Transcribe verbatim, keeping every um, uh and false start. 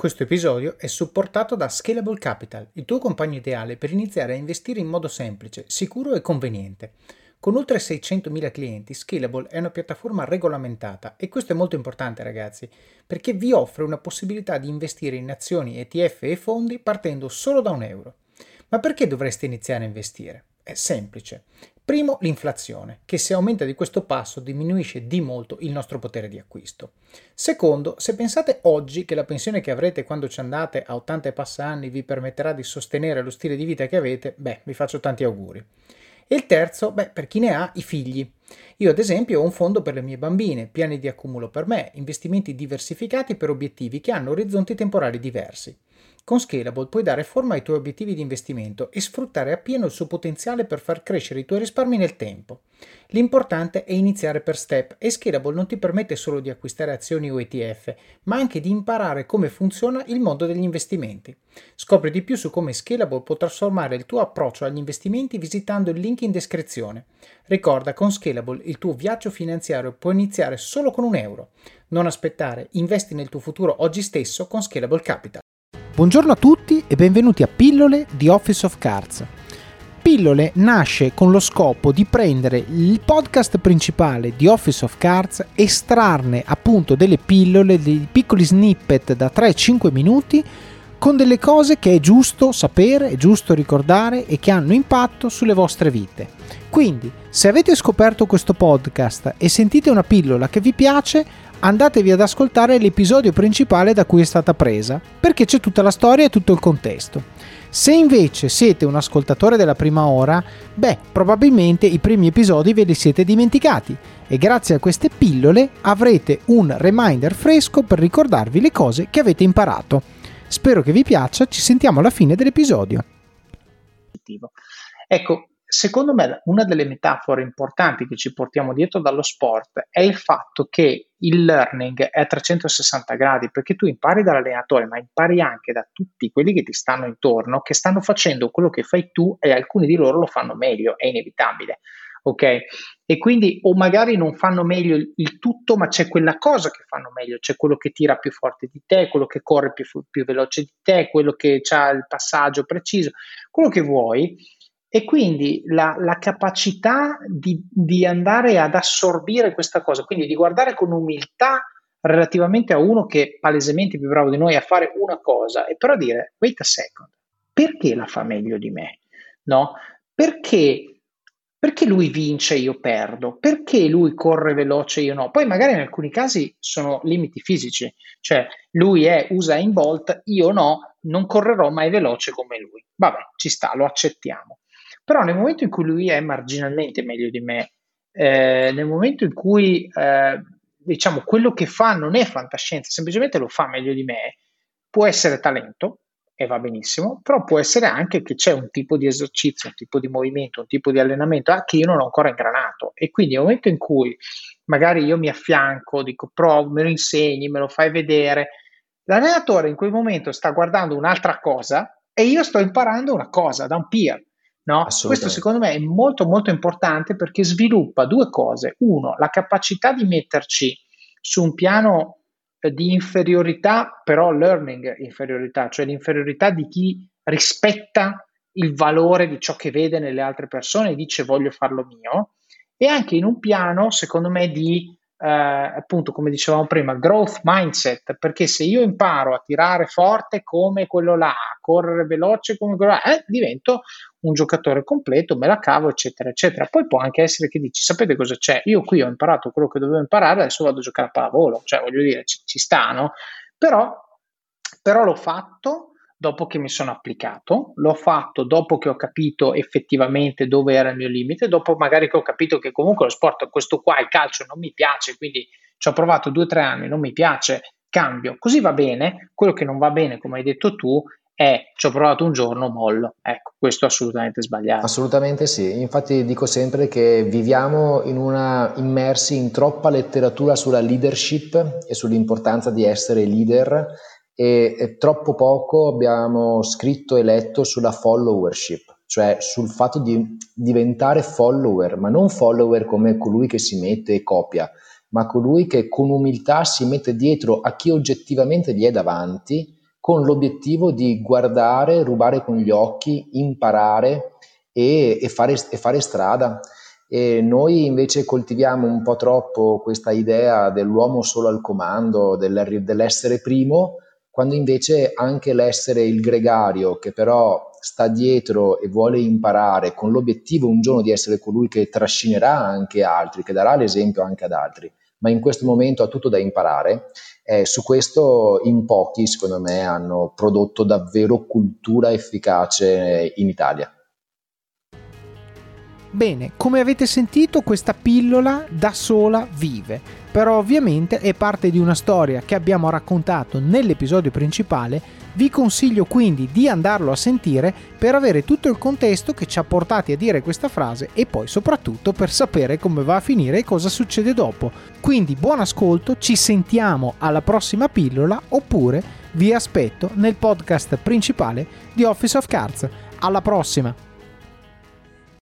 Questo episodio è supportato da Scalable Capital, il tuo compagno ideale per iniziare a investire in modo semplice, sicuro e conveniente. Con oltre seicentomila clienti, Scalable è una piattaforma regolamentata e questo è molto importante, ragazzi, perché vi offre una possibilità di investire in azioni, E T F e fondi partendo solo da un euro. Ma perché dovreste iniziare a investire? È semplice. Primo, l'inflazione, che se aumenta di questo passo diminuisce di molto il nostro potere di acquisto. Secondo, se pensate oggi che la pensione che avrete quando ci andate a ottanta e passa anni vi permetterà di sostenere lo stile di vita che avete, beh, vi faccio tanti auguri. E il terzo, beh, per chi ne ha, i figli. Io ad esempio ho un fondo per le mie bambine, piani di accumulo per me, investimenti diversificati per obiettivi che hanno orizzonti temporali diversi. Con Scalable puoi dare forma ai tuoi obiettivi di investimento e sfruttare appieno il suo potenziale per far crescere i tuoi risparmi nel tempo. L'importante è iniziare per step e Scalable non ti permette solo di acquistare azioni o E T F, ma anche di imparare come funziona il mondo degli investimenti. Scopri di più su come Scalable può trasformare il tuo approccio agli investimenti visitando il link in descrizione. Ricorda, con Scalable il tuo viaggio finanziario può iniziare solo con un euro. Non aspettare, investi nel tuo futuro oggi stesso con Scalable Capital. Buongiorno a tutti e benvenuti a Pillole di Office of Cards. Pillole nasce con lo scopo di prendere il podcast principale di Office of Cards, estrarne appunto delle pillole, dei piccoli snippet da tre cinque minuti con delle cose che è giusto sapere, è giusto ricordare e che hanno impatto sulle vostre vite. Quindi, se avete scoperto questo podcast e sentite una pillola che vi piace, andatevi ad ascoltare l'episodio principale da cui è stata presa, perché c'è tutta la storia e tutto il contesto. Se invece siete un ascoltatore della prima ora, beh, probabilmente i primi episodi ve li siete dimenticati e grazie a queste pillole avrete un reminder fresco per ricordarvi le cose che avete imparato. Spero che vi piaccia, ci sentiamo alla fine dell'episodio. Ecco, secondo me una delle metafore importanti che ci portiamo dietro dallo sport è il fatto che il learning è a trecentosessanta gradi, perché tu impari dall'allenatore, ma impari anche da tutti quelli che ti stanno intorno, che stanno facendo quello che fai tu e alcuni di loro lo fanno meglio, è inevitabile. Ok? E quindi o magari non fanno meglio il, il tutto, ma c'è quella cosa che fanno meglio, c'è quello che tira più forte di te, quello che corre più, più veloce di te, quello che ha il passaggio preciso, quello che vuoi. E quindi la, la capacità di, di andare ad assorbire questa cosa, quindi di guardare con umiltà relativamente a uno che è palesemente più bravo di noi a fare una cosa, e però dire, wait a second, perché la fa meglio di me? No? Perché, perché lui vince e io perdo? Perché lui corre veloce e io no? Poi magari in alcuni casi sono limiti fisici, cioè lui è Usain Bolt, io no, non correrò mai veloce come lui. Vabbè, ci sta, lo accettiamo. Però nel momento in cui lui è marginalmente meglio di me, eh, nel momento in cui eh, diciamo quello che fa non è fantascienza, semplicemente lo fa meglio di me, può essere talento e va benissimo, però può essere anche che c'è un tipo di esercizio, un tipo di movimento, un tipo di allenamento ah, che io non ho ancora ingranato, e quindi nel momento in cui magari io mi affianco, dico provo, me lo insegni, me lo fai vedere, l'allenatore in quel momento sta guardando un'altra cosa e io sto imparando una cosa da un peer. No? Questo secondo me è molto molto importante perché sviluppa due cose. Uno, la capacità di metterci su un piano eh, di inferiorità, però learning inferiorità, cioè l'inferiorità di chi rispetta il valore di ciò che vede nelle altre persone e dice voglio farlo mio, e anche in un piano secondo me di eh, appunto come dicevamo prima growth mindset, perché se io imparo a tirare forte come quello là, a correre veloce come quello là, eh, divento un giocatore completo, me la cavo eccetera eccetera. Poi può anche essere che dici sapete cosa c'è, io qui ho imparato quello che dovevo imparare, adesso vado a giocare a pallavolo, cioè voglio dire ci, ci sta, no? Però, però l'ho fatto dopo che mi sono applicato, l'ho fatto dopo che ho capito effettivamente dove era il mio limite, dopo magari che ho capito che comunque lo sport, questo qua, il calcio non mi piace, quindi ci ho provato due o tre anni, non mi piace, cambio, così va bene. Quello che non va bene, come hai detto tu, è ci ho provato un giorno, mollo. Ecco, questo è assolutamente sbagliato. Assolutamente sì, infatti dico sempre che viviamo in una, immersi in troppa letteratura sulla leadership e sull'importanza di essere leader e, e troppo poco abbiamo scritto e letto sulla followership, cioè sul fatto di diventare follower, ma non follower come colui che si mette e copia, ma colui che con umiltà si mette dietro a chi oggettivamente gli è davanti con l'obiettivo di guardare, rubare con gli occhi, imparare e, e, fare, e fare strada. E noi invece coltiviamo un po' troppo questa idea dell'uomo solo al comando, dell'essere primo, quando invece anche l'essere il gregario, che però sta dietro e vuole imparare con l'obiettivo un giorno di essere colui che trascinerà anche altri, che darà l'esempio anche ad altri, ma in questo momento ha tutto da imparare. Eh, su questo in pochi, secondo me, hanno prodotto davvero cultura efficace in Italia. Bene, come avete sentito, questa pillola da sola vive, però ovviamente è parte di una storia che abbiamo raccontato nell'episodio principale. Vi consiglio quindi di andarlo a sentire per avere tutto il contesto che ci ha portati a dire questa frase e poi soprattutto per sapere come va a finire e cosa succede dopo. Quindi buon ascolto, ci sentiamo alla prossima pillola oppure vi aspetto nel podcast principale di Office of Cards. Alla prossima!